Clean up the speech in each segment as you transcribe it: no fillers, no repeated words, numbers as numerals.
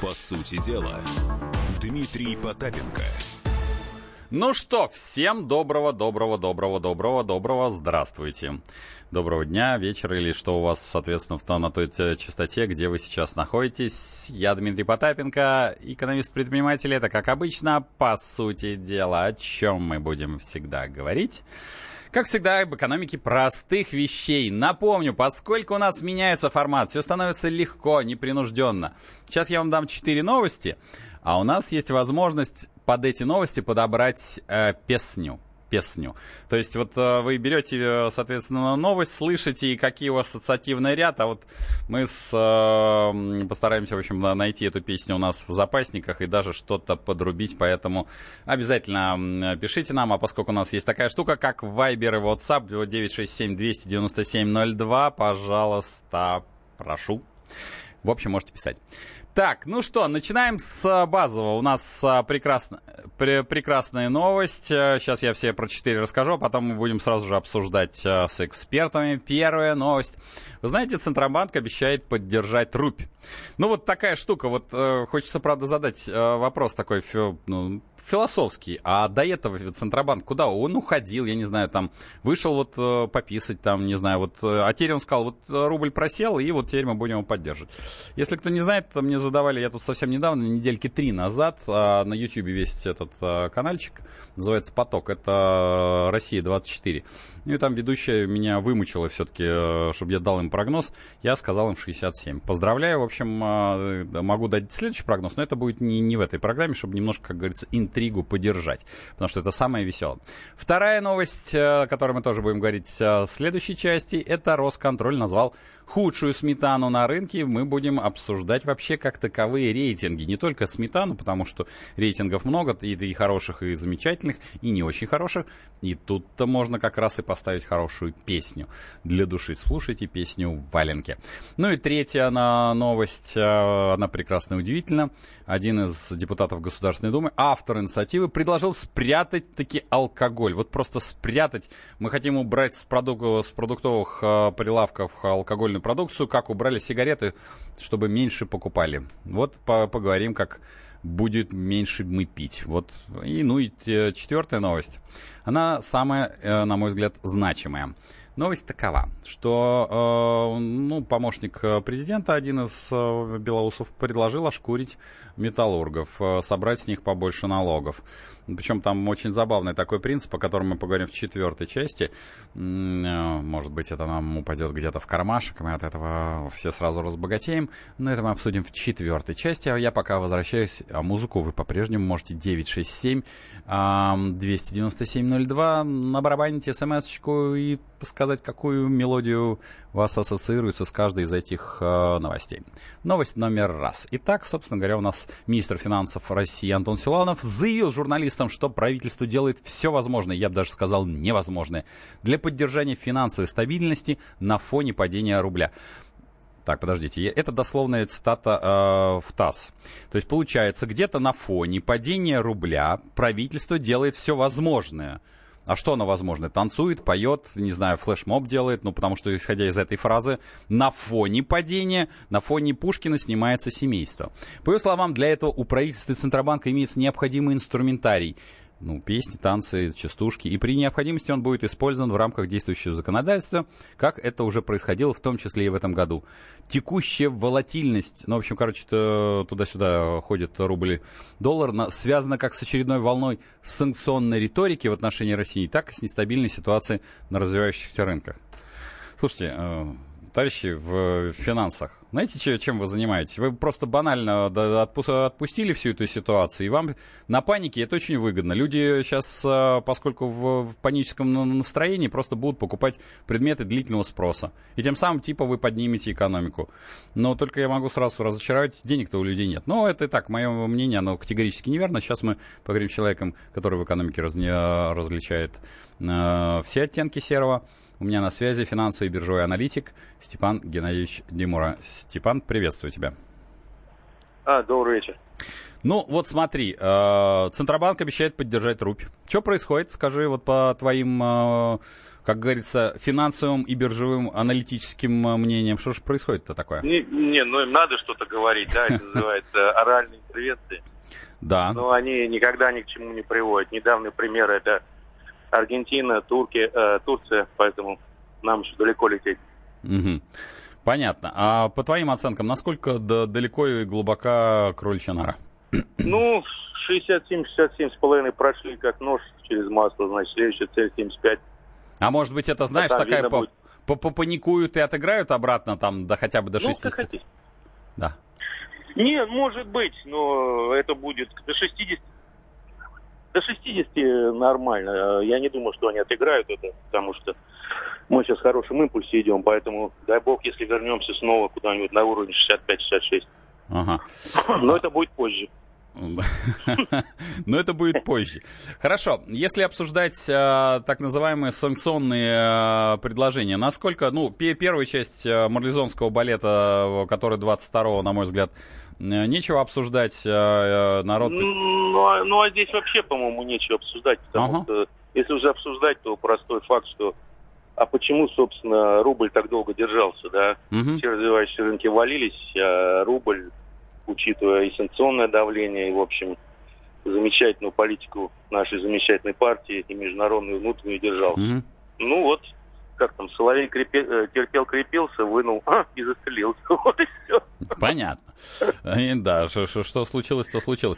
По сути дела, Дмитрий Потапенко. Ну что, всем доброго здравствуйте. Доброго дня, вечера или что у вас, соответственно, на той частоте, где вы сейчас находитесь. Я Дмитрий Потапенко, экономист-предприниматель. Это, как обычно, по сути дела, о чем мы будем всегда говорить. Как всегда, об экономике простых вещей. Напомню, поскольку у нас меняется формат, все становится легко, непринужденно. Сейчас я вам дам 4 новости, а у нас есть возможность под эти новости подобрать песню. То есть вот вы берете, соответственно, новость, слышите, какие у вас ассоциативный ряд, а вот мы постараемся, в общем, найти эту песню у нас в запасниках и даже что-то подрубить, поэтому обязательно пишите нам, а поскольку у нас есть такая штука, как Viber и WhatsApp, 967-297-02, пожалуйста, прошу. В общем, можете писать. Так, ну что, начинаем с базового. У нас прекрасная новость. Сейчас я все про 4 расскажу, а потом мы будем сразу же обсуждать с экспертами. Первая новость. Вы знаете, Центробанк обещает поддержать рубль. Ну вот такая штука. Вот хочется, правда, задать вопрос такой, философский. А до этого Центробанк куда? Он уходил, я не знаю, там, вышел вот пописать, там, не знаю, вот, а теперь он сказал, вот рубль просел, и вот теперь мы будем его поддерживать. Если кто не знает, то мне задавали, я тут совсем недавно, недельки 3 назад, на YouTube есть этот канальчик, называется «Поток», это «Россия-24». Ну и там ведущая меня вымучила все-таки, чтобы я дал им прогноз, я сказал им 67. Поздравляю, в общем, могу дать следующий прогноз, но это будет не в этой программе, чтобы немножко, как говорится, интригу поддержать, потому что это самое веселое. Вторая новость, о которой мы тоже будем говорить в следующей части, это Росконтроль назвал худшую сметану на рынке. Мы будем обсуждать вообще как таковые рейтинги, не только сметану, потому что рейтингов много, и хороших, и замечательных, и не очень хороших, и тут-то можно как раз и поставить хорошую песню для души. Слушайте песню в валенке. Ну и третья новость, она прекрасна и удивительна. Один из депутатов Государственной Думы, автор инициативы, предложил спрятать таки алкоголь. Вот просто спрятать. Мы хотим убрать с продуктовых прилавков алкогольную продукцию, как убрали сигареты, чтобы меньше покупали. Вот поговорим, как будет меньше мы пить. Вот. И четвертая новость. Она самая, на мой взгляд, значимая. Новость такова, что помощник президента, один из белоусов, предложил ошкурить металлургов, собрать с них побольше налогов. Причем там очень забавный такой принцип, о котором мы поговорим в 4 части. Может быть, это нам упадет где-то в кармашек, мы от этого все сразу разбогатеем. Но это мы обсудим в 4 части. А я пока возвращаюсь, а музыку вы по-прежнему можете 967-297-02 набарабанить смс-очку и сказать, какую мелодию вас ассоциируется с каждой из этих новостей. Новость номер 1. Итак, собственно говоря, у нас министр финансов России Антон Силуанов заявил журналистам, что правительство делает все возможное, я бы даже сказал невозможное, для поддержания финансовой стабильности на фоне падения рубля. Так, подождите, это дословная цитата в ТАСС. То есть, получается, где-то на фоне падения рубля правительство делает все возможное. А что оно возможно? Танцует, поет, не знаю, флешмоб делает, потому что, исходя из этой фразы, на фоне падения, на фоне Пушкина снимается семейство. По его словам, для этого у правительства и Центробанка имеется необходимый инструментарий. Песни, танцы, частушки. И при необходимости он будет использован в рамках действующего законодательства, как это уже происходило, в том числе и в этом году. Текущая волатильность, туда-сюда ходит рубль-доллар, связана как с очередной волной санкционной риторики в отношении России, так и с нестабильной ситуацией на развивающихся рынках. Слушайте, товарищи в финансах, знаете, чем вы занимаетесь? Вы просто банально отпустили всю эту ситуацию, и вам на панике это очень выгодно. Люди сейчас, поскольку в паническом настроении, просто будут покупать предметы длительного спроса. И тем самым, вы поднимете экономику. Но только я могу сразу разочаровать, денег-то у людей нет. Но это и так, мое мнение, оно категорически неверно. Сейчас мы поговорим с человеком, который в экономике различает все оттенки серого. У меня на связи финансовый и биржевой аналитик Степан Геннадьевич Димура. Степан, приветствую тебя. Добрый вечер. Ну, вот смотри, Центробанк обещает поддержать рубль. Что происходит? Скажи, вот по твоим, как говорится, финансовым и биржевым аналитическим мнениям, что же происходит-то такое? Ну им надо что-то говорить, да, это называется оральные интервенции. Да. Но они никогда ни к чему не приводят. Недавний пример — это Аргентина, Турция, поэтому нам еще далеко лететь. Угу. Понятно. А по твоим оценкам, насколько далеко и глубока кроличья нора? Ну, 67-67,5 прошли как нож через масло, значит, следующая цель 75. А может быть, это, знаешь, такая попаникуют и отыграют обратно там хотя бы до 60? Как хотите. Да. Нет, может быть, но это будет до 60. До 60 нормально. Я не думаю, что они отыграют это, потому что мы сейчас в хорошем импульсе идем, поэтому дай бог, если вернемся снова куда-нибудь на уровень 65-66. Ага. Но это будет позже. Но это будет позже. Хорошо, если обсуждать так называемые санкционные предложения, насколько, первая часть марлезонского балета, который 22-го, на мой взгляд, нечего обсуждать, народ... Ну, а здесь вообще, по-моему, нечего обсуждать, потому что, если уже обсуждать, то простой факт, что а почему, собственно, рубль так долго держался, да? Все развивающиеся рынки валились, а рубль, учитывая и санкционное давление, и, в общем, замечательную политику нашей замечательной партии, и международную, и внутреннюю держался. Ну вот, как там, Соловей терпел-крепился, вынул и застрелился. Вот и все. Понятно. Да, что случилось, то случилось.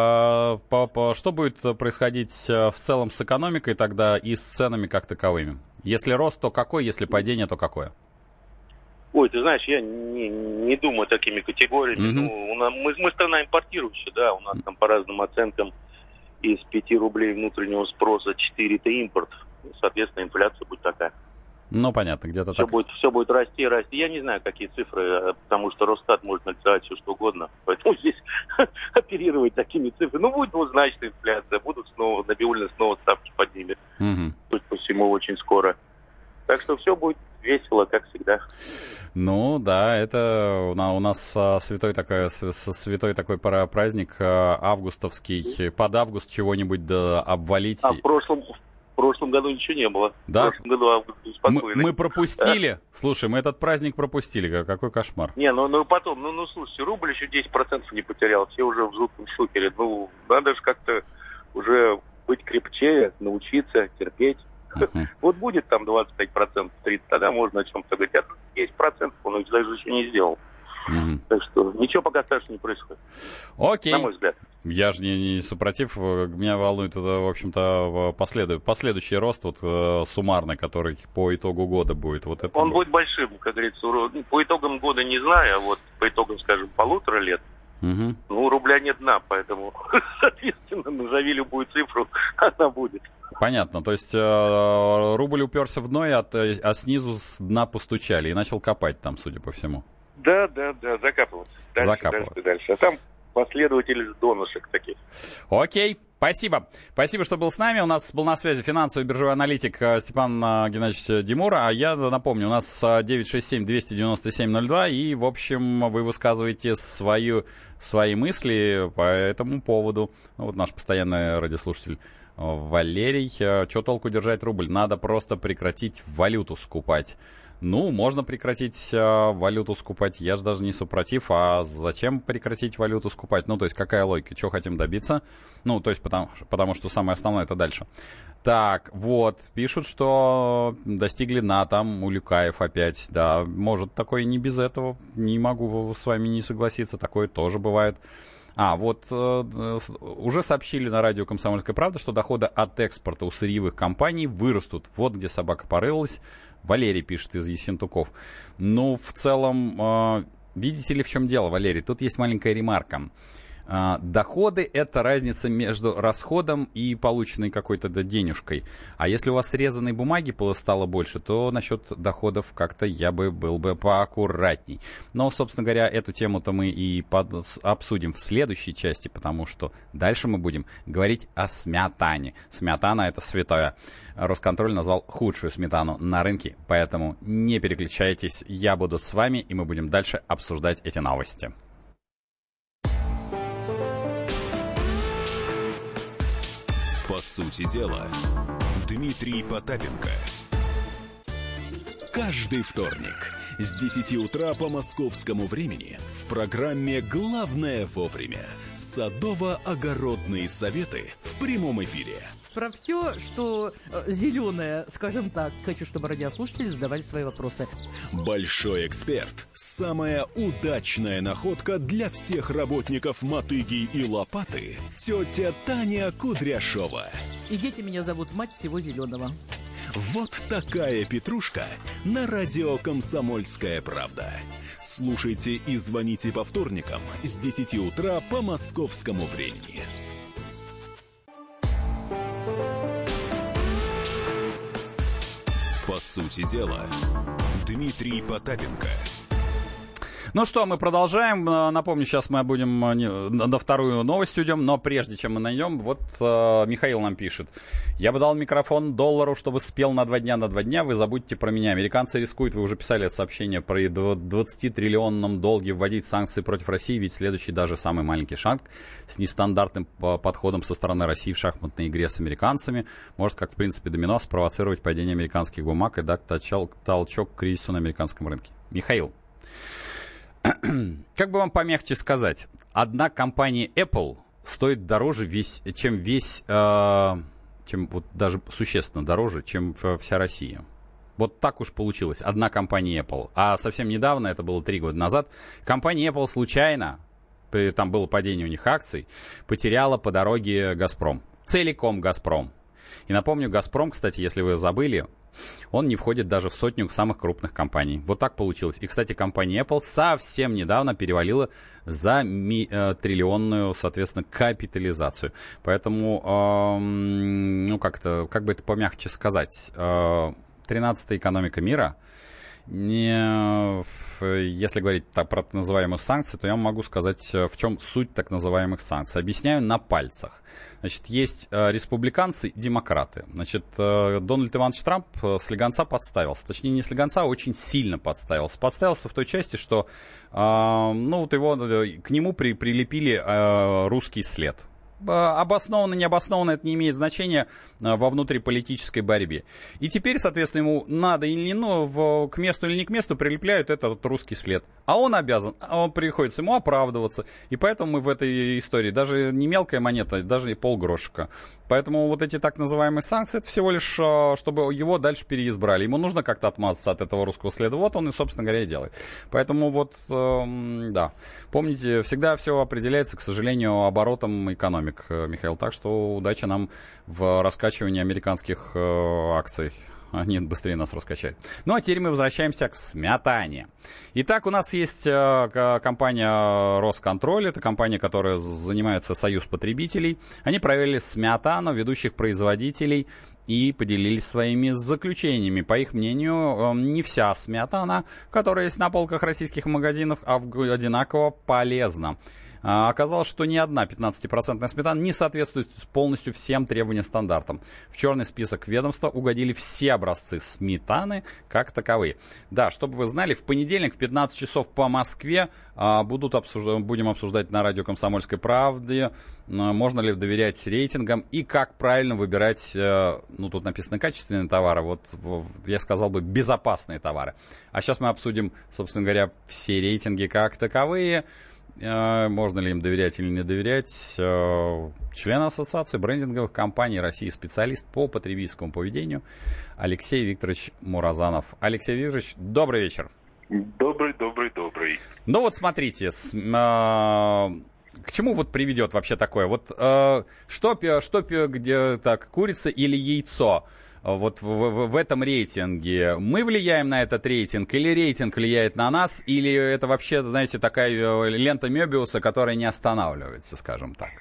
Что будет происходить в целом с экономикой тогда и с ценами как таковыми? Если рост, то какой? Если падение, то какое? Ой, ты знаешь, я не думаю такими категориями. Мы страна импортирующая, да, у нас там по разным оценкам из 5 рублей внутреннего спроса 4 это импорт. Соответственно, инфляция будет такая. Ну, понятно, где-то так. Все будет расти. Я не знаю, какие цифры, потому что Росстат может нарисовать все, что угодно. Поэтому здесь оперировать такими цифрами. Ну, будет двузначная инфляция, будут снова, Набиуллина снова ставки поднимет. Судя по всему, очень скоро. Так что все будет весело, как всегда. Ну, да, это у нас святой такой праздник августовский. Под август чего-нибудь да обвалить. А в прошлом году ничего не было. Да? В прошлом году август был спокойный. Мы пропустили. Слушай, мы этот праздник пропустили. Какой кошмар. Не, потом, слушайте, рубль еще 10% не потерял. Все уже в жутком шокере. Надо же как-то уже быть крепче, научиться, терпеть. Вот будет там 25%, 30%, тогда можно о чем-то говорить. А 10% он их даже еще не сделал. Так что ничего пока страшного не происходит. Окей. На мой взгляд. Я же не супротив. Меня волнует, это, в общем-то, последующий рост, суммарный, который по итогу года будет. Вот это он будет большим, как говорится. По итогам года не знаю, а вот по итогам, скажем, 1,5 лет. Рубля нет дна, поэтому, соответственно, назови любую цифру, она будет. Понятно, то есть рубль уперся в дно, а снизу с дна постучали и начал копать там, судя по всему. Да, закапываться. Дальше. А там последователи донышек таких. Окей, спасибо. Спасибо, что был с нами. У нас был на связи финансовый биржевой аналитик Степан Геннадьевич Демура. А я напомню, у нас 967-297-02. И, в общем, вы высказываете свои мысли по этому поводу. Вот наш постоянный радиослушатель Валерий. Что толку держать рубль? Надо просто прекратить валюту скупать. Можно прекратить валюту скупать, я же даже не супротив, а зачем прекратить валюту скупать? То есть какая логика, чего хотим добиться? То есть потому что самое основное это дальше. Так, вот, пишут, что достигли дна там у Люкаев опять, да, может такое не без этого, не могу с вами не согласиться, такое тоже бывает. Уже сообщили на радио «Комсомольская правда», что доходы от экспорта у сырьевых компаний вырастут. Вот где собака порылась. Валерий пишет из Ессентуков. В целом, видите ли, в чем дело, Валерий? Тут есть маленькая ремарка. Доходы — это разница между расходом и полученной какой-то денежкой. А если у вас срезанной бумаги стало больше, то насчет доходов как-то я был бы поаккуратней. Но, собственно говоря, эту тему-то мы и обсудим в следующей части, потому что дальше мы будем говорить о сметане. Сметана — это святое. Росконтроль назвал худшую сметану на рынке, поэтому не переключайтесь, я буду с вами, и мы будем дальше обсуждать эти новости. По сути дела, Дмитрий Потапенко. Каждый вторник с 10 утра по московскому времени в программе «Главное вовремя» садово-огородные советы в прямом эфире. Про все, что зеленое, скажем так. Хочу, чтобы радиослушатели задавали свои вопросы. Большой эксперт. Самая удачная находка для всех работников мотыги и лопаты. Тетя Таня Кудряшова. И дети меня зовут мать всего зеленого. Вот такая петрушка на радио «Комсомольская правда». Слушайте и звоните по вторникам с 10 утра по московскому времени. По сути дела, Дмитрий Потапенко. Ну что, мы продолжаем. Напомню, сейчас мы будем на вторую новость уйдем, но прежде чем мы найдем, вот Михаил нам пишет. Я бы дал микрофон доллару, чтобы спел на 2 дня, вы забудьте про меня. Американцы рискуют, вы уже писали это сообщение, про 20-триллионном долге вводить санкции против России, ведь следующий даже самый маленький шаг с нестандартным подходом со стороны России в шахматной игре с американцами может, как в принципе домино, спровоцировать падение американских бумаг и дать толчок к кризису на американском рынке. Михаил. Как бы вам помягче сказать, одна компания Apple стоит дороже, чем вот даже существенно дороже, чем вся Россия. Вот так уж получилось. Одна компания Apple. А совсем недавно, это было 3 года назад, компания Apple случайно, там было падение у них акций, потеряла по дороге Газпром. Целиком Газпром. И напомню, Газпром, кстати, если вы забыли, он не входит даже в 100 самых крупных компаний. Вот так получилось. И, кстати, компания Apple совсем недавно перевалила за триллионную, соответственно, капитализацию. Поэтому, как бы это помягче сказать, 13-я экономика мира. Если говорить про так называемые санкции, то я могу сказать, в чем суть так называемых санкций. Объясняю на пальцах. Значит, есть республиканцы и демократы. Значит, Дональд Иванович Трамп слегонца подставился. Точнее, не слегонца, а очень сильно подставился. Подставился в той части, что к нему прилепили русский след. Обоснованно, необоснованно, это не имеет значения во внутриполитической борьбе. И теперь, соответственно, ему надо или к месту или не к месту прилепляют этот русский след. А он обязан, приходится ему оправдываться. И поэтому мы в этой истории, даже не мелкая монета, даже и полгрошика. Поэтому вот эти так называемые санкции, это всего лишь, чтобы его дальше переизбрали. Ему нужно как-то отмазаться от этого русского следа. Вот он и, собственно говоря, и делает. Поэтому вот, да. Помните, всегда все определяется, к сожалению, оборотом экономики. Михаил, так что удачи нам в раскачивании американских акций. Они быстрее нас раскачают. Ну, а теперь мы возвращаемся к сметане. Итак, у нас есть компания Росконтроль. Это компания, которая занимается союз потребителей. Они провели сметану ведущих производителей и поделились своими заключениями. По их мнению, не вся сметана, которая есть на полках российских магазинов, одинаково полезна. Оказалось, что ни одна 15% сметана не соответствует полностью всем требованиям стандартам. В черный список ведомства угодили все образцы сметаны как таковые. Да, чтобы вы знали, в понедельник в 15 часов по Москве будем обсуждать на радио «Комсомольской правде», можно ли доверять рейтингам и как правильно выбирать, тут написано качественные товары, вот я сказал бы безопасные товары. А сейчас мы обсудим, собственно говоря, все рейтинги как таковые. Можно ли им доверять или не доверять. Член Ассоциации брендинговых компаний России, специалист по потребительскому поведению Алексей Викторович Муразанов. Алексей Викторович, добрый вечер. Добрый. Ну вот смотрите, к чему вот приведет вообще такое? Вот что где так, курица или яйцо? Вот в этом рейтинге мы влияем на этот рейтинг, или рейтинг влияет на нас, или это вообще, знаете, такая лента Мёбиуса, которая не останавливается, скажем так?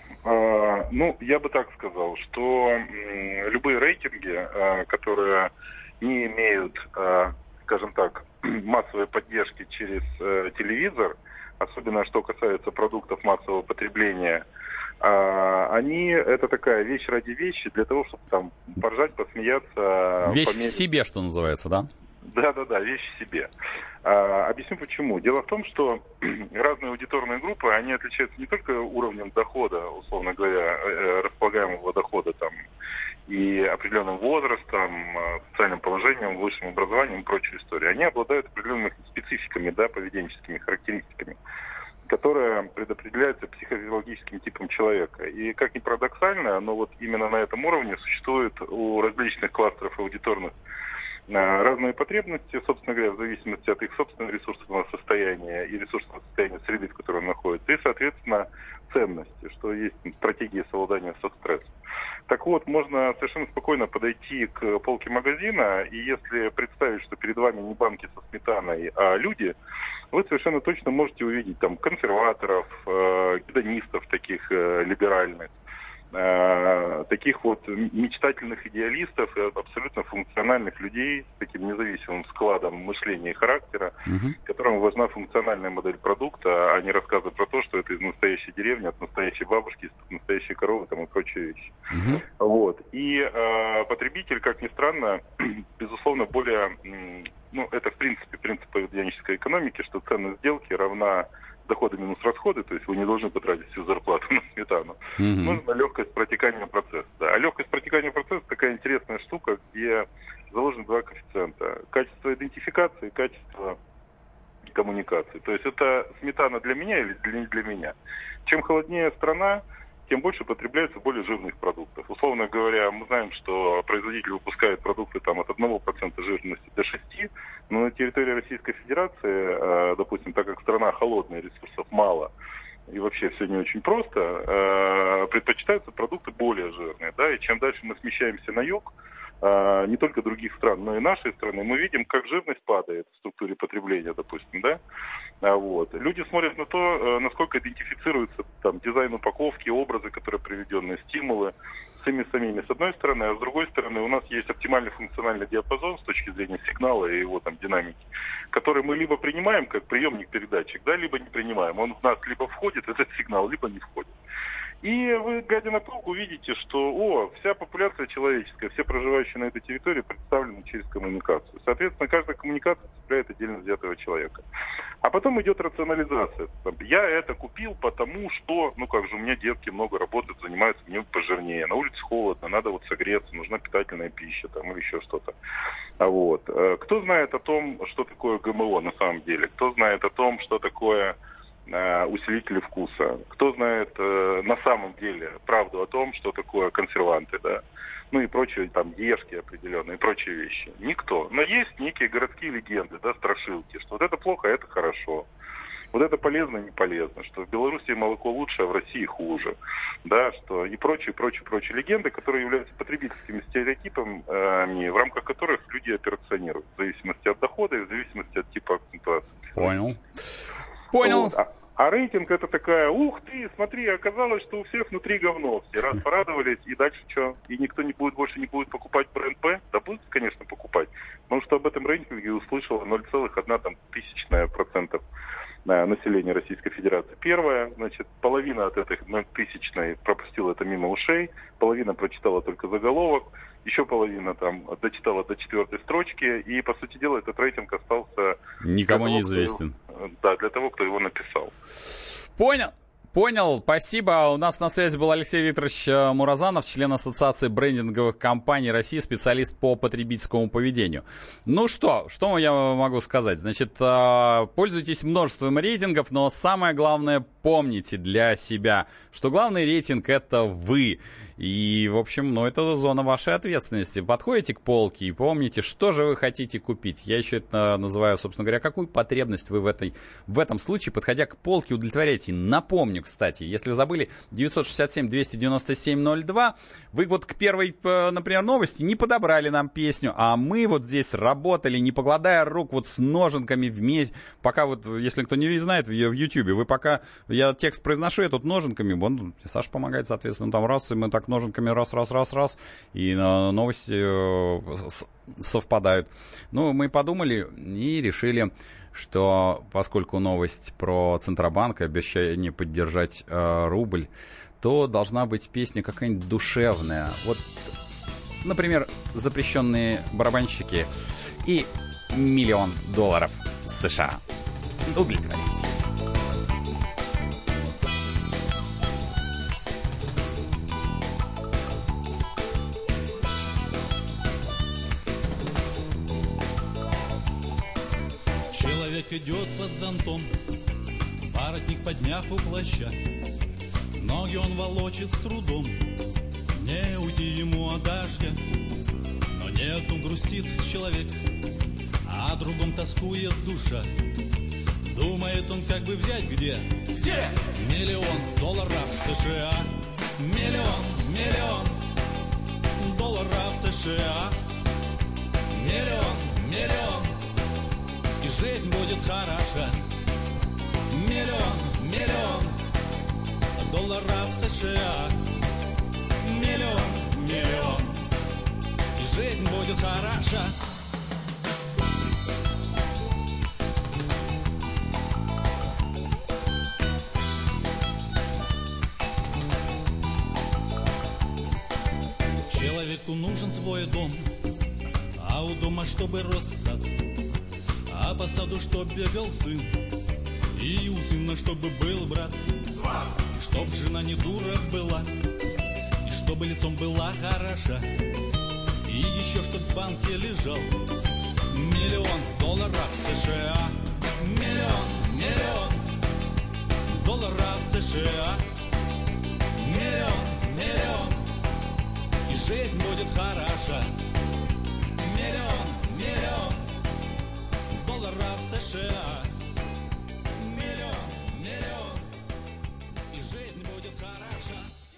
Я бы так сказал, что любые рейтинги, которые не имеют, скажем так, массовой поддержки через телевизор, особенно что касается продуктов массового потребления, это такая вещь ради вещи, для того, чтобы там поржать, посмеяться. Вещь в себе, что называется, да? Да-да-да, вещь себе. Объясню почему. Дело в том, что разные аудиторные группы, они отличаются не только уровнем дохода, условно говоря, располагаемого дохода там, и определенным возрастом, социальным положением, высшим образованием и прочей историей. Они обладают определенными спецификами, да, поведенческими характеристиками, которые предопределяются психофизиологическим типом человека. И как ни парадоксально, но вот именно на этом уровне существует у различных кластеров аудиторных разные потребности, собственно говоря, в зависимости от их собственного ресурсного состояния и ресурсного состояния среды, в которой он находится, и, соответственно, ценности, что есть стратегия совладания со стрессом. Так вот, можно совершенно спокойно подойти к полке магазина, и если представить, что перед вами не банки со сметаной, а люди, вы совершенно точно можете увидеть там консерваторов, гедонистов таких либеральных, таких вот мечтательных идеалистов и абсолютно функциональных людей с таким независимым складом мышления и характера, которым важна функциональная модель продукта, а не рассказы про то, что это из настоящей деревни, от настоящей бабушки, из настоящей коровы там, и прочие вещи. Вот. И потребитель, как ни странно, безусловно, более... Ну, это, в принципе, принцип поведенческой экономики, что ценность сделки равна доходы минус расходы, то есть вы не должны потратить всю зарплату на сметану. Нужна легкость протекания процесса. Да. А легкость протекания процесса такая интересная штука, где заложены два коэффициента. Качество идентификации и качество коммуникации. То есть это сметана для меня или не для меня. Чем холоднее страна, тем больше потребляется более жирных продуктов. Условно говоря, мы знаем, что производитель выпускает продукты там, от 1% жирности до 6%, но на территории Российской Федерации, допустим, так как страна холодная, ресурсов мало, и вообще все не очень просто, предпочитаются продукты более жирные. Да? И чем дальше мы смещаемся на юг, не только других стран, но и нашей страны, мы видим, как жирность падает в структуре потребления, допустим, да? Вот. Люди смотрят на то, насколько идентифицируется там дизайн упаковки, образы, которые приведены, стимулы с ими самими, с одной стороны, а с другой стороны у нас есть оптимальный функциональный диапазон с точки зрения сигнала и его там динамики, который мы либо принимаем как приемник-передатчик, да, либо не принимаем. Он в нас либо входит, этот сигнал, либо не входит. И вы, глядя на полку, видите, что вся популяция человеческая, все проживающие на этой территории представлены через коммуникацию. Соответственно, каждая коммуникация цепляет отдельно взятого человека. А потом идет рационализация. Я это купил, потому что, у меня детки много работают, занимаются, мне пожирнее. На улице холодно, надо вот согреться, нужна питательная пища там, или еще что-то. Вот. Кто знает о том, что такое ГМО на самом деле? Кто знает о том, что такое усилители вкуса? Кто знает на самом деле правду о том, что такое консерванты, да? Ну и прочие там ешки определенные, и прочие вещи. Никто. Но есть некие городские легенды, да, страшилки, что вот это плохо, а это хорошо. Вот это полезно, не полезно, что в Беларуси молоко лучше, а в России хуже. Да, что и прочие легенды, которые являются потребительскими стереотипами, в рамках которых люди операционируют, в зависимости от дохода и в зависимости от типа акцентуации. Понял. Вот. А рейтинг это такая, ух ты, смотри, оказалось, что у всех внутри говно. Все раз порадовались, и дальше что? И никто больше не будет покупать бренд П? Да будут, конечно, покупать. Потому что об этом рейтинге услышало 0,1% населения Российской Федерации. Первое, значит, половина от этой 0,1 пропустила это мимо ушей, половина прочитала только заголовок, еще половина там дочитала до 4-й строчки, и, по сути дела, этот рейтинг остался... Никому не известен. Да, для того, кто его написал. Понял, спасибо. У нас на связи был Алексей Викторович Муразанов, член Ассоциации брендинговых компаний России, специалист по потребительскому поведению. Ну что я могу сказать? Значит, пользуйтесь множеством рейтингов, но самое главное, помните для себя, что главный рейтинг — это вы. И, в общем, это зона вашей ответственности. Подходите к полке и помните, что же вы хотите купить. Я еще это называю, собственно говоря, какую потребность вы в этом случае, подходя к полке, удовлетворяете. Напомню, кстати, если вы забыли, 967-297-02, вы вот к первой, например, новости не подобрали нам песню, а мы вот здесь работали, не покладая рук, вот с ноженками вместе. Пока вот, если кто не знает, в Ютьюбе, вы пока, я текст произношу, я тут ноженками, Саша помогает, соответственно, там раз, и мы так ноженками раз, и новости совпадают. Мы подумали и решили, что поскольку новость про Центробанк, обещание поддержать рубль, то должна быть песня какая-нибудь душевная. Вот, например, «Запрещенные барабанщики» и миллион долларов США. Удовлетворитесь. Человек идет под зонтом, воротник подняв у плаща. Ноги он волочит с трудом, не уйти ему от дождя. Но нет, он грустит человек, о другом тоскует душа. Думает он, как бы взять где? Где? $1 000 000 США. Миллион долларов США. Миллион, и жизнь будет хороша. Миллион долларов США. Миллион, и жизнь будет хороша. Человеку нужен свой дом, а у дома чтобы рос сад, а по саду чтоб бегал сын, и у сына чтобы был брат, и чтоб жена не дура была, и чтобы лицом была хороша, и еще чтоб в банке лежал $1 000 000 США. Миллион долларов США. Миллион, и жизнь будет хороша. Миллион долларов США. Миллион, и жизнь будет хороша.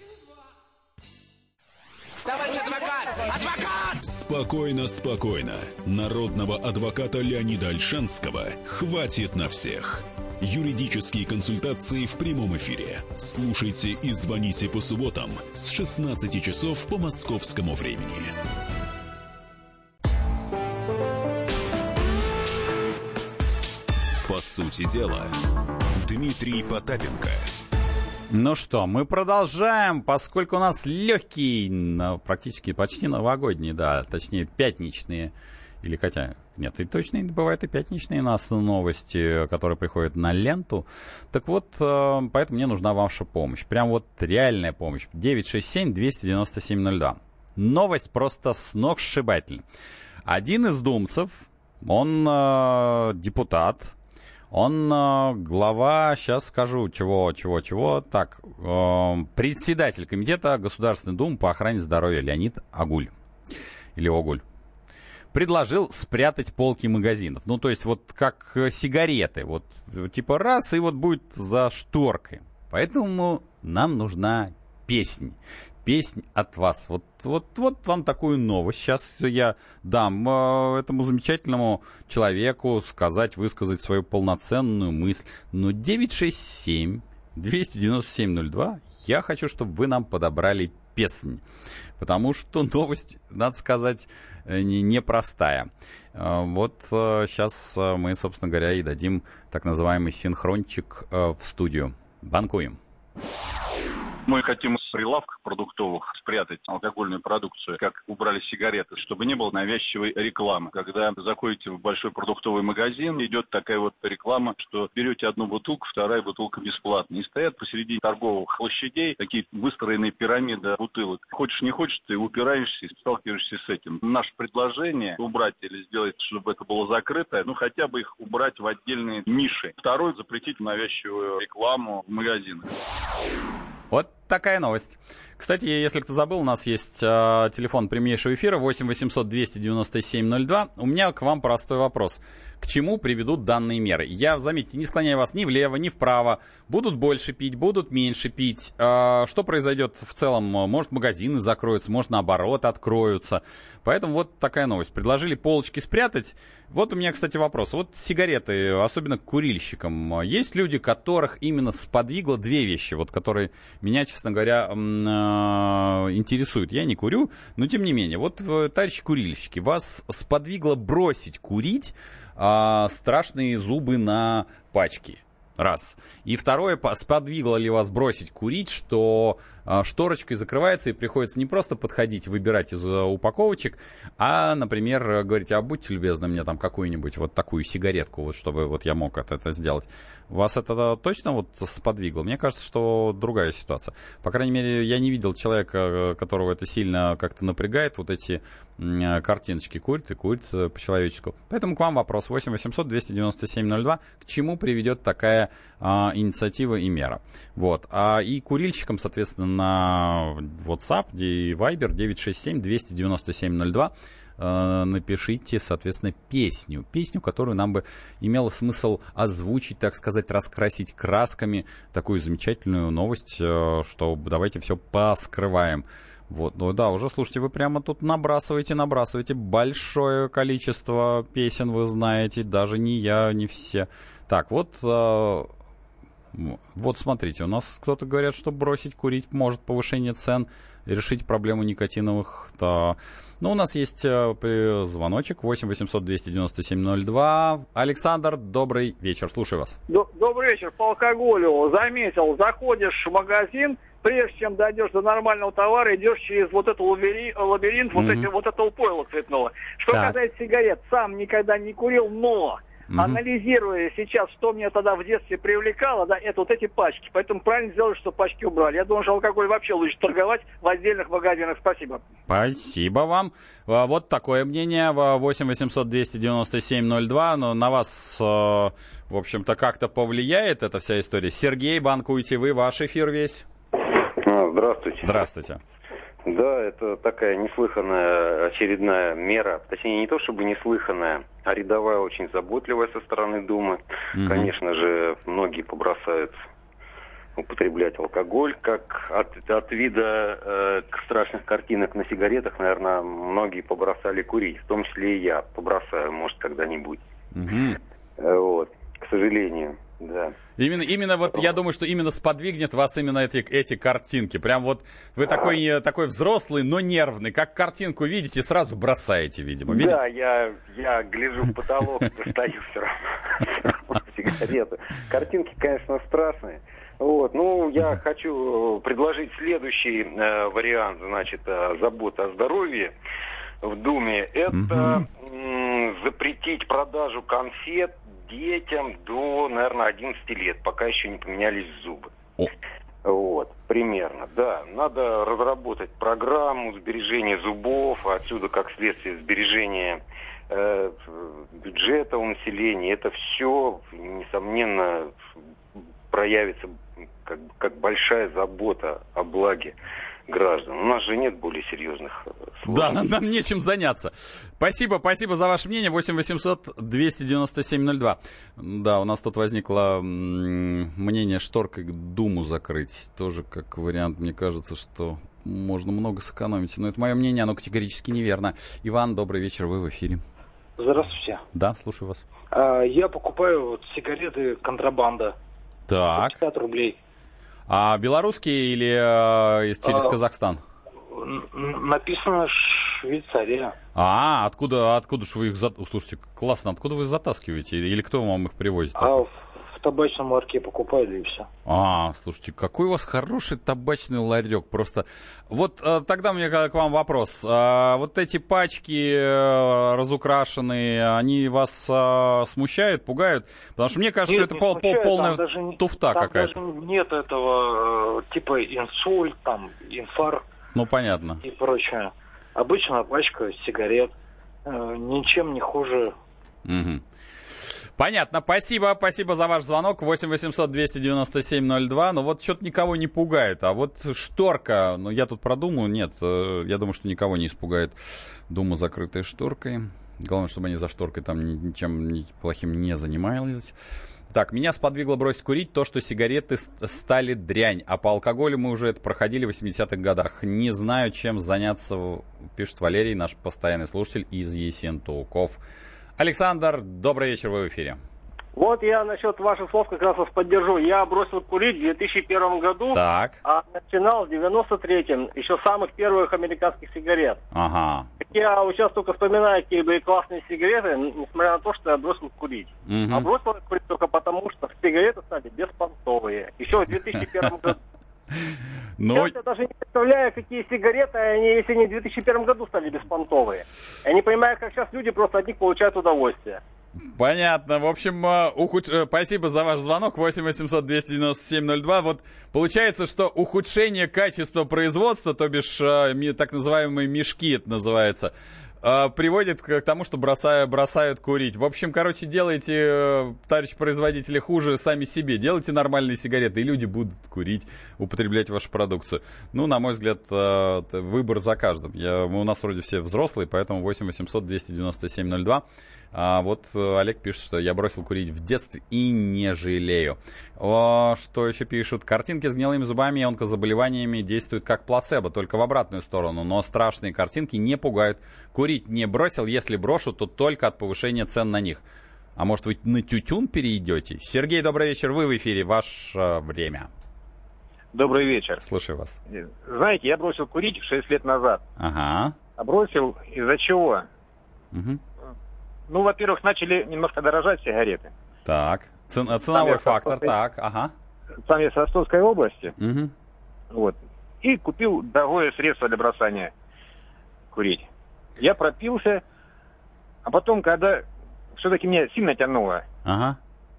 Товарищ адвокат! Адвокат! Спокойно. Народного адвоката Леонида Ольшанского хватит на всех. Юридические консультации в прямом эфире. Слушайте и звоните по субботам с 16 часов по московскому времени. По сути дела, Дмитрий Потапенко. Ну что, мы продолжаем, поскольку у нас легкий, практически почти новогодний, точнее пятничные, или хотя, нет, и точно бывают и пятничные у нас новости, которые приходят на ленту. Так вот, поэтому мне нужна ваша помощь, прям вот реальная помощь. 967-297-02. Новость просто сногсшибательная. Один из думцев, он депутат, он глава, сейчас скажу, чего. Так, председатель комитета Государственной Думы по охране здоровья Леонид Агуль. Или Огуль. Предложил спрятать полки магазинов. Ну, то есть, вот как сигареты. Вот, типа, раз, и вот будет за шторкой. Поэтому нам нужна песнь. Песнь от вас. Вот вам такую новость. Сейчас я дам этому замечательному человеку высказать свою полноценную мысль. Но 967-297-02 я хочу, чтобы вы нам подобрали песнь. Потому что новость, надо сказать, непростая. Вот сейчас мы, собственно говоря, и дадим так называемый синхрончик в студию. Банкуем. Мы хотим с прилавков продуктовых спрятать алкогольную продукцию, как убрали сигареты, чтобы не было навязчивой рекламы. Когда заходите в большой продуктовый магазин, идет такая вот реклама, что берете одну бутылку, вторая бутылка бесплатно. И стоят посередине торговых площадей такие выстроенные пирамиды бутылок. Хочешь не хочешь, ты упираешься и сталкиваешься с этим. Наше предложение убрать или сделать, чтобы это было закрыто, хотя бы их убрать в отдельные ниши. Второе, запретить навязчивую рекламу в магазинах. Вот такая новость. Кстати, если кто забыл, у нас есть телефон прямейшего эфира 8 800 297 02. У меня к вам простой вопрос. К чему приведут данные меры? Я, заметьте, не склоняю вас ни влево, ни вправо. Будут больше пить, будут меньше пить. Что произойдет в целом? Может, магазины закроются, может, наоборот, откроются. Поэтому вот такая новость. Предложили полочки спрятать. Вот у меня, кстати, вопрос. Вот сигареты, особенно к курильщикам. Есть люди, которых именно сподвигло две вещи, вот которые меня, честно говоря, интересуют. Я не курю, но тем не менее. Вот, товарищи курильщики, вас сподвигло бросить курить страшные зубы на пачки. Раз. И второе, сподвигло ли вас бросить курить, что шторочкой закрывается и приходится не просто подходить, выбирать из упаковочек, а, например, говорить, а будьте любезны, мне там какую-нибудь вот такую сигаретку, вот, чтобы вот я мог это сделать. Вас это точно вот сподвигло? Мне кажется, что другая ситуация. По крайней мере, я не видел человека, которого это сильно как-то напрягает, вот эти картиночки курит и курит по-человеческу. Поэтому к вам вопрос 8 800 297 02. К чему приведет такая инициатива и мера? Вот. И курильщикам, соответственно, на WhatsApp и Viber 967 297 02 напишите, соответственно, песню, которую нам бы имело смысл озвучить, так сказать, раскрасить красками такую замечательную новость, что давайте все поскрываем. Вот, ну да, уже, слушайте, вы прямо тут набрасываете большое количество песен, вы знаете, даже не я, не все. Так, вот смотрите, у нас кто-то говорят, что бросить курить может повышение цен, решить проблему никотиновых. Ну, у нас есть звоночек 8 800 297 02. Александр, добрый вечер, слушаю вас. Добрый вечер. По алкоголю заметил, заходишь в магазин, прежде чем дойдешь до нормального товара, идешь через вот этот лабиринт вот этого пойла цветного. Что касается сигарет, сам никогда не курил, но анализируя сейчас, что меня тогда в детстве привлекало, да, это вот эти пачки. Поэтому правильно сделали, что пачки убрали. Я думаю, что алкоголь вообще лучше торговать в отдельных магазинах. Спасибо. Спасибо вам. Вот такое мнение. 8 800 297 02. Но на вас, в общем-то, как-то повлияет эта вся история. Сергей, банкуйте вы, ваш эфир весь. Здравствуйте. Здравствуйте. Да, это такая неслыханная очередная мера. Точнее, не то чтобы неслыханная, а рядовая, очень заботливая со стороны Думы. Конечно же, многие побросают употреблять алкоголь. Как от вида страшных картинок на сигаретах, наверное, многие побросали курить. В том числе и я побросаю, может, когда-нибудь. Вот, к сожалению. Да. Именно вот я думаю, что именно сподвигнет вас именно эти картинки. Прям вот вы такой взрослый, но нервный. Как картинку видите, сразу бросаете, видимо. Да, я гляжу в потолок, достаю все равно сигареты. Картинки, конечно, страшные. Вот, ну, я хочу предложить следующий вариант, значит, заботы о здоровье в Думе. Это запретить продажу конфет детям до, наверное, 11 лет, пока еще не поменялись зубы. Вот, примерно, да. Надо разработать программу сбережения зубов, отсюда, как следствие, сбережения бюджета у населения. Это все, несомненно, проявится как большая забота о благе граждан. У нас же нет более серьезных случаев. Да, нам нечем заняться. Спасибо за ваше мнение. 8 800 297 02. Да, у нас тут возникло мнение шторкой Думу закрыть. Тоже как вариант, мне кажется, что можно много сэкономить. Но это мое мнение, оно категорически неверно. Иван, добрый вечер, вы в эфире. Здравствуйте. Да, слушаю вас. Я покупаю сигареты контрабанда. Так. 50 рублей. А белорусские или через Казахстан? Написано Швейцария. Откуда же вы их... Слушайте, классно, откуда вы их затаскиваете? Или кто вам их привозит? В табачном ларьке покупали, и все. Слушайте, какой у вас хороший табачный ларек. Просто... Вот тогда у меня к вам вопрос. Вот эти пачки разукрашенные, они вас смущают, пугают? Потому что мне кажется, нет, что это полная туфта какая-то. Даже нет этого типа инсульт, там, инфаркт. Ну, понятно. И прочее. Обычная пачка сигарет. Ничем не хуже. Понятно, спасибо за ваш звонок. 8 800 297 02. Но вот что-то никого не пугает. А вот шторка, я тут продумаю, нет, я думаю, что никого не испугает Дума, закрытая шторкой. Главное, чтобы они за шторкой там ничем плохим не занимались. Так, меня сподвигло бросить курить то, что сигареты стали дрянь. А по алкоголю мы уже это проходили в 80-х годах. Не знаю, чем заняться, пишет Валерий, наш постоянный слушатель из Ессентуков. Александр, добрый вечер, вы в эфире. Вот я насчет ваших слов как раз вас поддержу. Я бросил курить в 2001 году, так. А начинал в 93-м, еще самых первых американских сигарет. Ага. Я вот сейчас только вспоминаю, какие были классные сигареты, несмотря на то, что я бросил курить. А бросил курить только потому, что сигареты стали беспонтовые. Еще в 2001 году. Но... Я даже не представляю, какие сигареты, они, если они в 2001 году стали беспонтовые. Я не понимаю, как сейчас люди просто от них получают удовольствие. Понятно. В общем, спасибо за ваш звонок. 8-800-297-02. Вот получается, что ухудшение качества производства, то бишь так называемые мешки это называется, приводит к тому, что бросают курить. В общем, короче, делайте, товарищи производители, хуже сами себе. Делайте нормальные сигареты, и люди будут курить, употреблять вашу продукцию. Ну, на мой взгляд, выбор за каждым. У нас вроде все взрослые, поэтому 8-800-297-02. А вот Олег пишет, что я бросил курить в детстве и не жалею. Что еще пишут? Картинки с гнилыми зубами и онкозаболеваниями действуют как плацебо, только в обратную сторону. Но страшные картинки не пугают. Курить не бросил, если брошу, то только от повышения цен на них. А может, вы на тютюн перейдете? Сергей, добрый вечер, вы в эфире, ваше время. Добрый вечер. Слушаю вас. Знаете, я бросил курить 6 лет назад. Ага. А бросил из-за чего? Угу. Ну, во-первых, начали немножко дорожать сигареты. Так, ценовой фактор, так, ага. Сам я с Ростовской области. Угу. Вот. И купил дорогое средство для бросания курить. Я пропился, а потом, когда все-таки меня сильно тянуло, ага.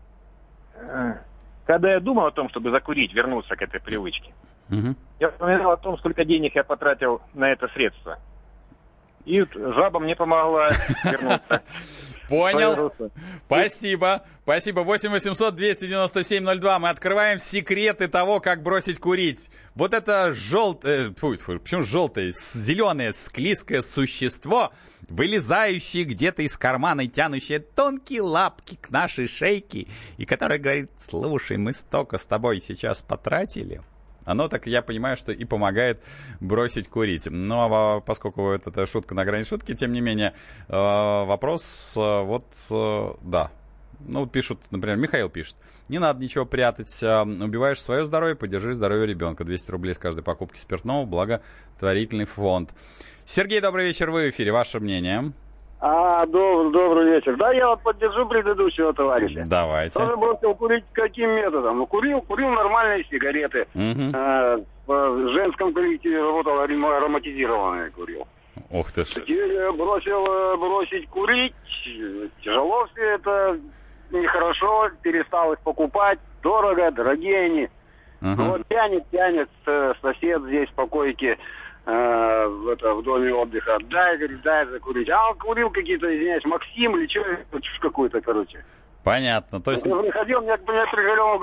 Когда я думал о том, чтобы закурить, вернуться к этой привычке, я вспоминал о том, сколько денег я потратил на это средство. И жаба мне помогла вернуться. Понял. Спасибо. Спасибо. 8-800-297-02. Мы открываем секреты того, как бросить курить. Вот это почему желтое, зеленое, склизкое существо, вылезающее где-то из кармана и тянущее тонкие лапки к нашей шейке, и которое говорит: слушай, мы столько с тобой сейчас потратили. Оно, так я понимаю, что и помогает бросить курить. Но поскольку это шутка на грани шутки, тем не менее, вопрос да. Ну, пишут, например, Михаил пишет: не надо ничего прятать, убиваешь свое здоровье, поддержи здоровье ребенка. 200 рублей с каждой покупки спиртного, благотворительный фонд. Сергей, добрый вечер, вы в эфире, ваше мнение? Добрый вечер. Да, я вот поддержу предыдущего товарища. Давайте. Тоже бросил курить каким методом? Ну, курил нормальные сигареты. В женском коллективе работал, ароматизированные курил. Ух ты ж. Теперь бросить курить. Тяжело все это, нехорошо. Перестал их покупать. Дорого, дорогие они. Вот тянет сосед здесь по койке. В доме отдыха. Дай закурить. А он курил какие-то, извиняюсь, Максим или что какой-то, короче. Понятно. То есть... Я приходил, меня пригорел,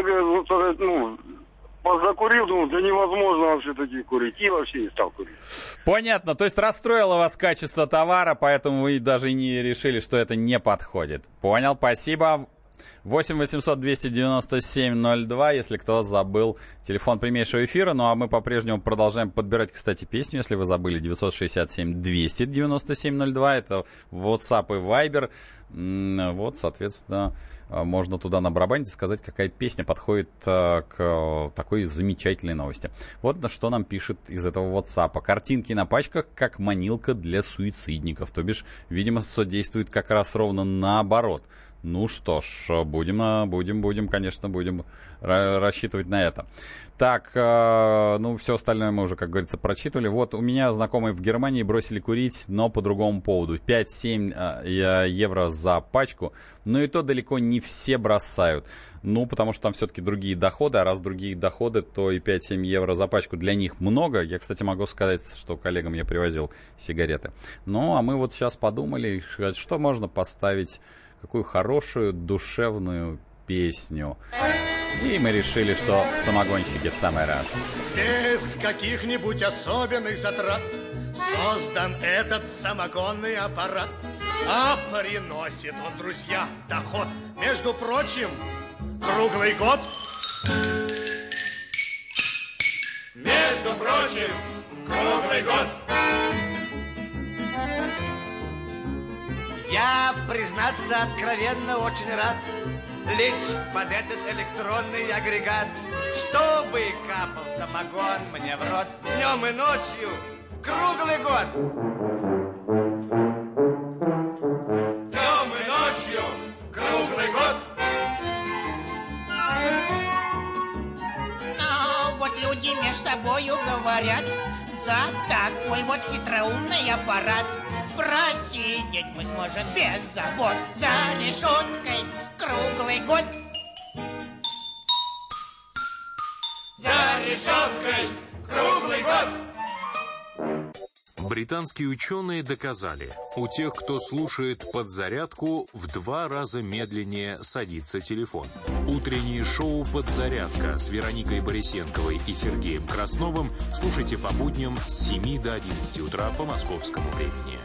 закурил, думал, да невозможно вообще такие курить. И вообще не стал курить. Понятно. То есть расстроило вас качество товара, поэтому вы даже не решили, что это не подходит. Понял, спасибо. 8-800-297-02, если кто забыл телефон прямейшего эфира. Ну, а мы по-прежнему продолжаем подбирать, кстати, песню, если вы забыли. 967-297-02, это WhatsApp и Viber. Вот, соответственно, можно туда набарабанить и сказать, какая песня подходит к такой замечательной новости. Вот на что нам пишет из этого WhatsApp. Картинки на пачках как манилка для суицидников. То бишь, видимо, действует как раз ровно наоборот. Ну что ж, будем, конечно, рассчитывать на это. Так, все остальное мы уже, как говорится, прочитывали. Вот у меня знакомые в Германии бросили курить, но по другому поводу. 5-7 евро за пачку, но и то далеко не все бросают. Ну, потому что там все-таки другие доходы, а раз другие доходы, то и 5-7 евро за пачку для них много. Я, кстати, могу сказать, что коллегам я привозил сигареты. Ну, а мы вот сейчас подумали, что можно поставить, какую хорошую душевную песню. И мы решили, что самогонщики в самый раз. Без каких-нибудь особенных затрат создан этот самогонный аппарат. А приносит он, друзья, доход, между прочим, круглый год. Между прочим, круглый год. Я, признаться, откровенно очень рад лечь под этот электронный агрегат, чтобы капал самогон мне в рот днем и ночью, круглый год. Днем и ночью, круглый год. Ну, вот люди между собою говорят, за такой вот хитроумный аппарат просидеть мы сможем без забот, за решеткой круглый год. За решеткой круглый год. Британские ученые доказали, у тех, кто слушает «Подзарядку», в 2 раза медленнее садится телефон. Утреннее шоу «Подзарядка» с Вероникой Борисенковой и Сергеем Красновым слушайте по будням с 7 до 11 утра по московскому времени.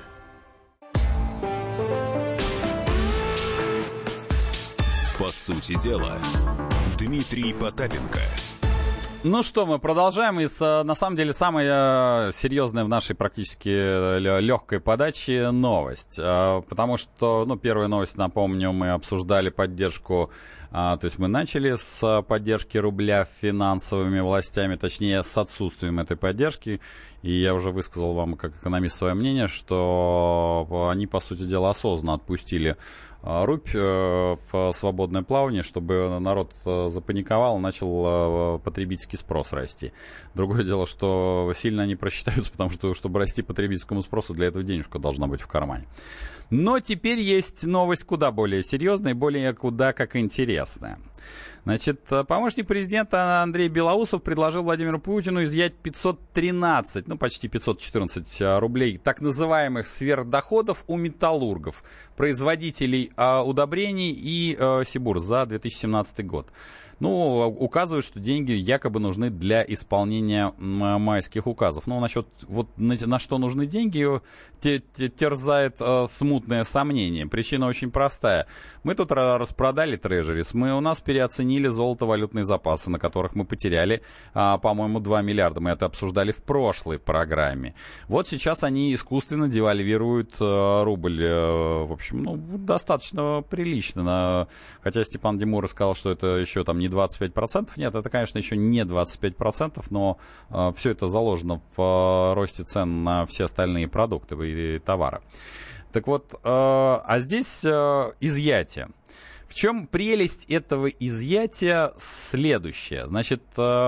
По сути дела, Дмитрий Потапенко. Ну что, мы продолжаем. И на самом деле самая серьезная в нашей практически легкой подаче новость. Потому что, первая новость, напомню, мы обсуждали поддержку. То есть мы начали с поддержки рубля финансовыми властями, точнее с отсутствием этой поддержки. И я уже высказал вам как экономист свое мнение, что они, по сути дела, осознанно отпустили рубь в свободное плавание, чтобы народ запаниковал, начал потребительский спрос расти. Другое дело, что сильно они просчитаются, потому что, чтобы расти потребительскому спросу, для этого денежка должна быть в кармане. Но теперь есть новость куда более серьезная и более куда как интересная. Значит, помощник президента Андрей Белоусов предложил Владимиру Путину изъять 513, почти 514 рублей так называемых сверхдоходов у металлургов, производителей удобрений и Сибур за 2017 год. Указывают, что деньги якобы нужны для исполнения майских указов. Насчет на что нужны деньги, терзает смутное сомнение. Причина очень простая. Мы тут распродали трежерис, у нас переоценили золотовалютные запасы, на которых мы потеряли, по-моему, 2 миллиарда. Мы это обсуждали в прошлой программе. Вот сейчас они искусственно девальвируют рубль. В общем, достаточно прилично. Хотя Степан Демура сказал, что это еще не 25%. Нет, это, конечно, еще не 25%, но все это заложено в росте цен на все остальные продукты и товары. Так вот, а здесь изъятие. В чем прелесть этого изъятия следующее? Значит,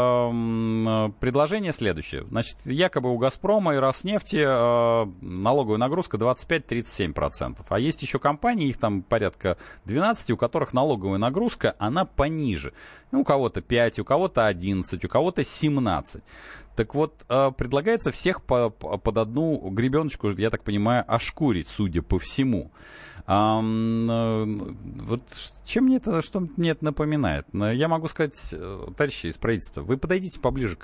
предложение следующее. Значит, якобы у «Газпрома» и «Роснефти» налоговая нагрузка 25-37%. А есть еще компании, их там порядка 12, у которых налоговая нагрузка, она пониже. У кого-то 5, у кого-то 11, у кого-то 17. Так вот, предлагается всех под одну гребеночку, я так понимаю, ошкурить, судя по всему. Вот чем мне это, что мне это напоминает? Я могу сказать, товарищи из правительства, вы подойдите поближе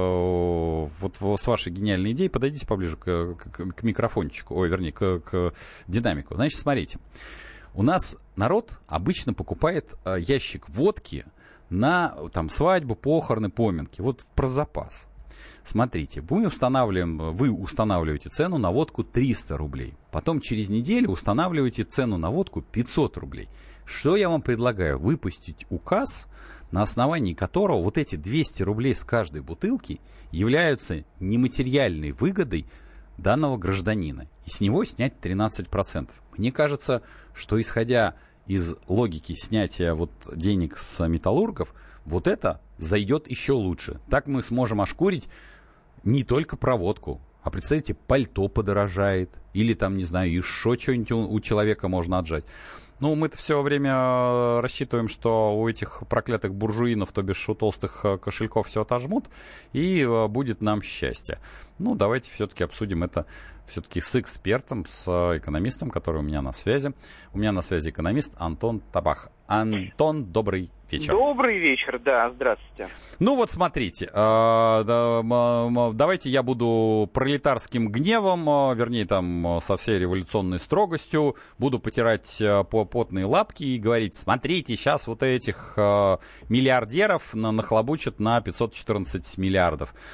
с вашей гениальной идеей, подойдите поближе к микрофончику, к динамику. Значит, смотрите, у нас народ обычно покупает ящик водки на свадьбу, похороны, поминки, про запас. Смотрите, вы устанавливаете цену на водку 300 рублей. Потом через неделю устанавливаете цену на водку 500 рублей. Что я вам предлагаю? Выпустить указ, на основании которого эти 200 рублей с каждой бутылки являются нематериальной выгодой данного гражданина. И с него снять 13%. Мне кажется, что исходя из логики снятия денег с металлургов, это зайдет еще лучше. Так мы сможем ошкурить не только проводку, а представьте, пальто подорожает, или еще что-нибудь у человека можно отжать. Мы-то все время рассчитываем, что у этих проклятых буржуинов, то бишь у толстых кошельков, все отожмут, и будет нам счастье. Давайте все-таки обсудим это с экспертом, с экономистом, который у меня на связи. У меня на связи экономист Антон Табах. Антон, добрый вечер. Добрый вечер, да, здравствуйте. Смотрите, давайте я буду пролетарским гневом, со всей революционной строгостью, буду потирать потные лапки и говорить: смотрите, сейчас этих миллиардеров нахлобучат на 514 миллиардов.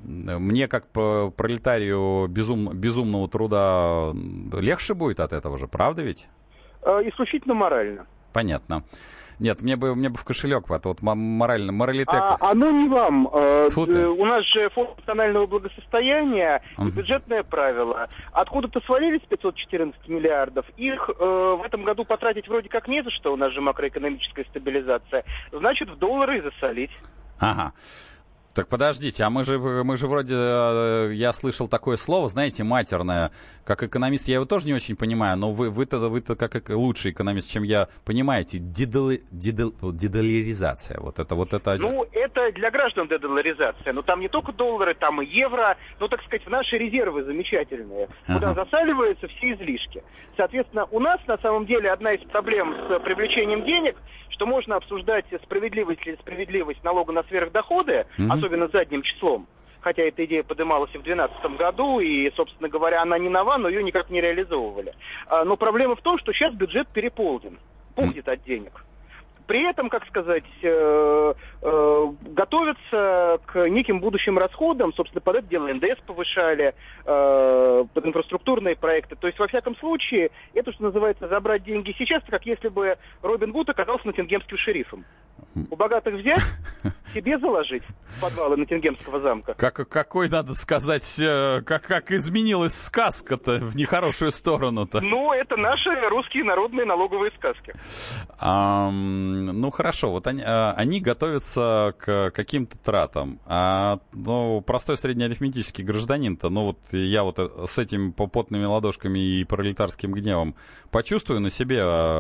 мне, как пролетарию безумного труда, легче будет от этого же, правда ведь? Исключительно морально. Понятно. Нет, мне бы в кошелек, а то вот моралитек. Оно не вам. У нас же фонд национального благосостояния и бюджетное правило. Откуда-то свалились 514 миллиардов. Их в этом году потратить вроде как не за что, у нас же макроэкономическая стабилизация. Значит, в доллары и засолить. Ага. Так подождите, а мы же вроде, я слышал такое слово, знаете, матерное, как экономист, я его тоже не очень понимаю, но вы-то как лучший экономист, чем я, понимаете, дедоларизация, вот это. Ну, это для граждан дедоларизация, но там не только доллары, там и евро, ну, так сказать, наши резервы замечательные, куда засаливаются все излишки. Соответственно, у нас, на самом деле, одна из проблем с привлечением денег, что можно обсуждать справедливость или несправедливость налога на сверхдоходы, особенно задним числом, хотя эта идея поднималась и в 2012 году, и, собственно говоря, она не нова, но ее никак не реализовывали. Но проблема в том, что сейчас бюджет переполнен, пухнет от денег. При этом, как сказать, готовятся к неким будущим расходам, собственно, под это дело НДС повышали, под инфраструктурные проекты. То есть, во всяком случае, это, что называется, забрать деньги сейчас, как если бы Робин Гуд оказался ноттингемским шерифом. У богатых взять, себе заложить в подвалы Ноттингемского замка. Какой, надо сказать, как изменилась сказка-то в нехорошую сторону-то? Ну, это наши русские народные налоговые сказки. Ну, хорошо, вот они готовятся к каким-то тратам. Простой среднеарифметический гражданин-то, вот я вот с этими потными ладошками и пролетарским гневом почувствую на себе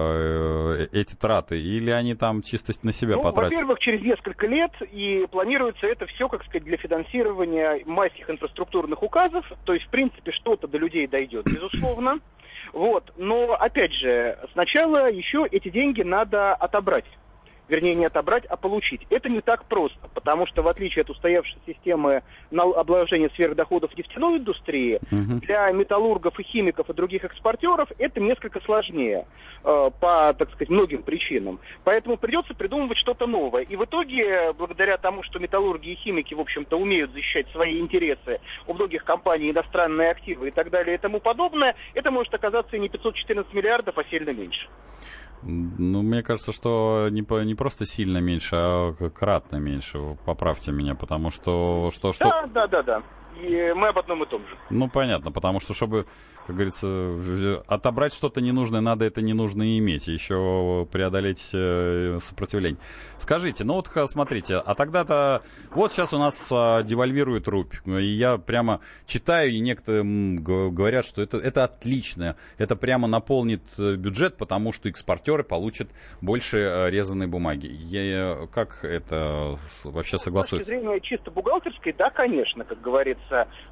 эти траты, или они там чисто на себя потратят? Во-первых, через несколько лет, и планируется это все, как сказать, для финансирования майских инфраструктурных указов, то есть, в принципе, что-то до людей дойдет, безусловно. Но, опять же, сначала еще эти деньги надо отобрать. Вернее, не отобрать, а получить. Это не так просто, потому что, в отличие от устоявшейся системы обложения сверхдоходов нефтяной индустрии, для металлургов и химиков и других экспортеров это несколько сложнее по, так сказать, многим причинам. Поэтому придется придумывать что-то новое. И в итоге, благодаря тому, что металлурги и химики, в общем-то, умеют защищать свои интересы, у многих компаний иностранные активы и так далее и тому подобное, это может оказаться и не 514 миллиардов, а сильно меньше. Ну, мне кажется, что не просто сильно меньше, а кратно меньше. Поправьте меня, потому что... Да. И мы об одном и том же. Ну, понятно, потому что, чтобы, как говорится, отобрать что-то ненужное, надо это ненужное иметь, и еще преодолеть сопротивление. Скажите, смотрите, а тогда-то... Вот сейчас у нас девальвирует рубль, и я прямо читаю, и некоторые говорят, что это отлично, это прямо наполнит бюджет, потому что экспортеры получат больше резаной бумаги. Как это вообще согласуется? С точки зрения чисто бухгалтерской, да, конечно, как говорится,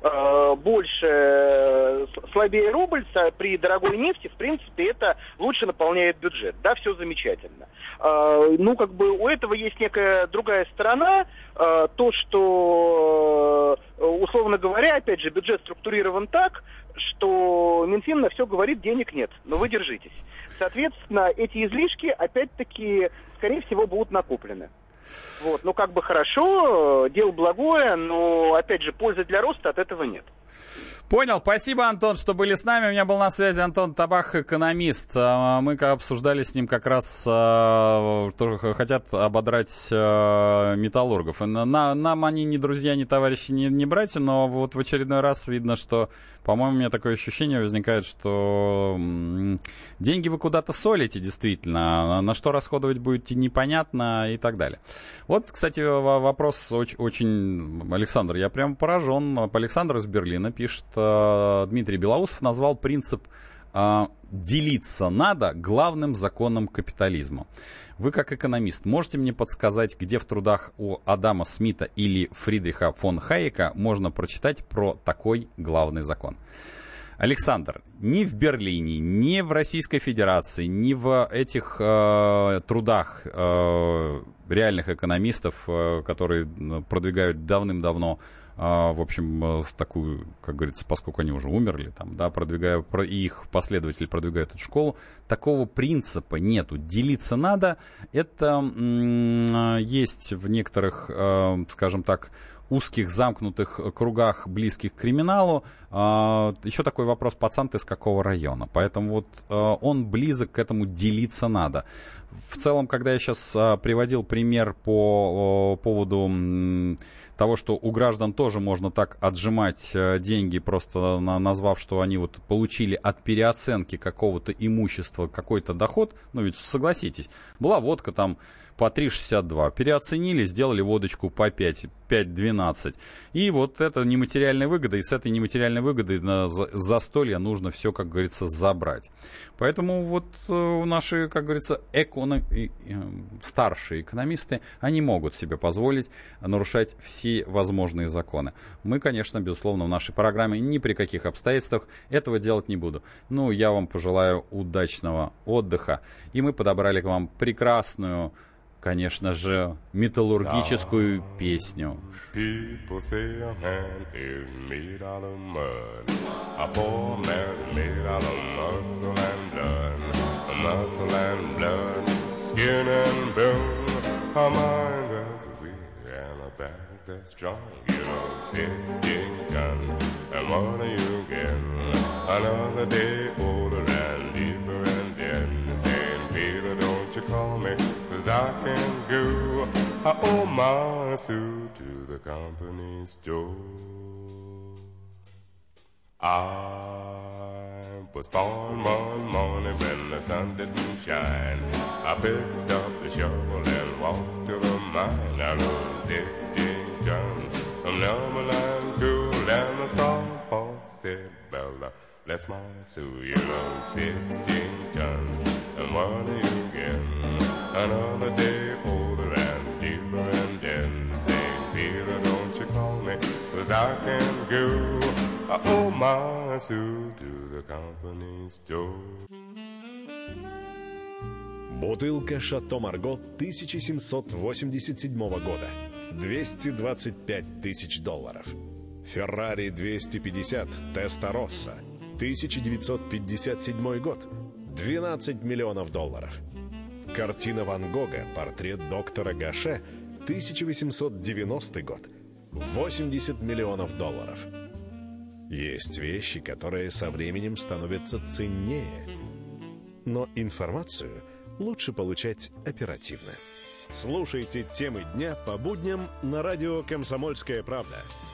слабее рубль при дорогой нефти, в принципе, это лучше наполняет бюджет. Да, все замечательно. У этого есть некая другая сторона, то, что, условно говоря, опять же, бюджет структурирован так, что Минфин на все говорит, денег нет, но вы держитесь. Соответственно, эти излишки, опять-таки, скорее всего, будут накоплены. Хорошо, дело благое, но, опять же, пользы для роста от этого нет. Понял. Спасибо, Антон, что были с нами. У меня был на связи Антон Табах, экономист. Мы обсуждали с ним как раз, тоже хотят ободрать металлургов. Нам они не друзья, не товарищи, не братья, но вот в очередной раз видно, что, по-моему, у меня такое ощущение возникает, что деньги вы куда-то солите, действительно. На что расходовать будете, непонятно и так далее. Вот, кстати, вопрос очень... Александр, я прям поражен. Александр из Берлина пишет, Дмитрий Белоусов назвал принцип «делиться надо» главным законом капитализма. Вы, как экономист, можете мне подсказать, где в трудах у Адама Смита или Фридриха фон Хайека можно прочитать про такой главный закон? Александр, ни в Берлине, ни в Российской Федерации, ни в этих трудах реальных экономистов, которые продвигают давным-давно, в общем, такую, как говорится, поскольку они уже умерли, и их последователи продвигают эту школу, такого принципа нету. Делиться надо. Это есть в некоторых, скажем так, узких замкнутых кругах, близких к криминалу. Еще такой вопрос: пацан, ты с какого района? Поэтому вот он близок к этому, делиться надо. В целом, когда я сейчас приводил пример по поводу того, что у граждан тоже можно так отжимать деньги, просто назвав, что они вот получили от переоценки какого-то имущества какой-то доход, ну ведь согласитесь, была водка там по 3,62, переоценили, сделали водочку по 5,12. И вот это нематериальная выгода, и с этой нематериальной выгодой на застолье нужно все, как говорится, забрать. Поэтому вот наши, как говорится, старшие экономисты, они могут себе позволить нарушать все возможные законы. Мы, конечно, безусловно, в нашей программе ни при каких обстоятельствах этого делать не буду. Ну, я вам пожелаю удачного отдыха. И мы подобрали к вам прекрасную, конечно же, металлургическую песню. People say a man is made out of mud. A poor man is made out of muscle and blood. Muscle and blood, skin and bone. A mind that's weak and a back that's strong. You know, 16 tons. And what do you get? Another day older and deeper and dead. Saying, Peter, don't you call me, 'cause I can go. I owe my suit to the company store. I was born one morning when the sun didn't shine. I picked up the shovel and walked to the mine. I rode 16 tons from Numberland cool, and the straw boss said, Bella, bless my soul, you know, 16 tons. And what do you get? Another day older and deeper and dead. Saying, Peter, don't you call me, 'cause I can't go. I owe my suit to the company store. Бутылка «Шато Марго» 1787 года. $225 тысяч. Феррари 250 Теста-Росса. 1957 год. $12 миллионов. Картина Ван Гога «Портрет доктора Гаше», 1890 год. $80 миллионов. Есть вещи, которые со временем становятся ценнее. Но информацию лучше получать оперативно. Слушайте темы дня по будням на радио «Комсомольская правда».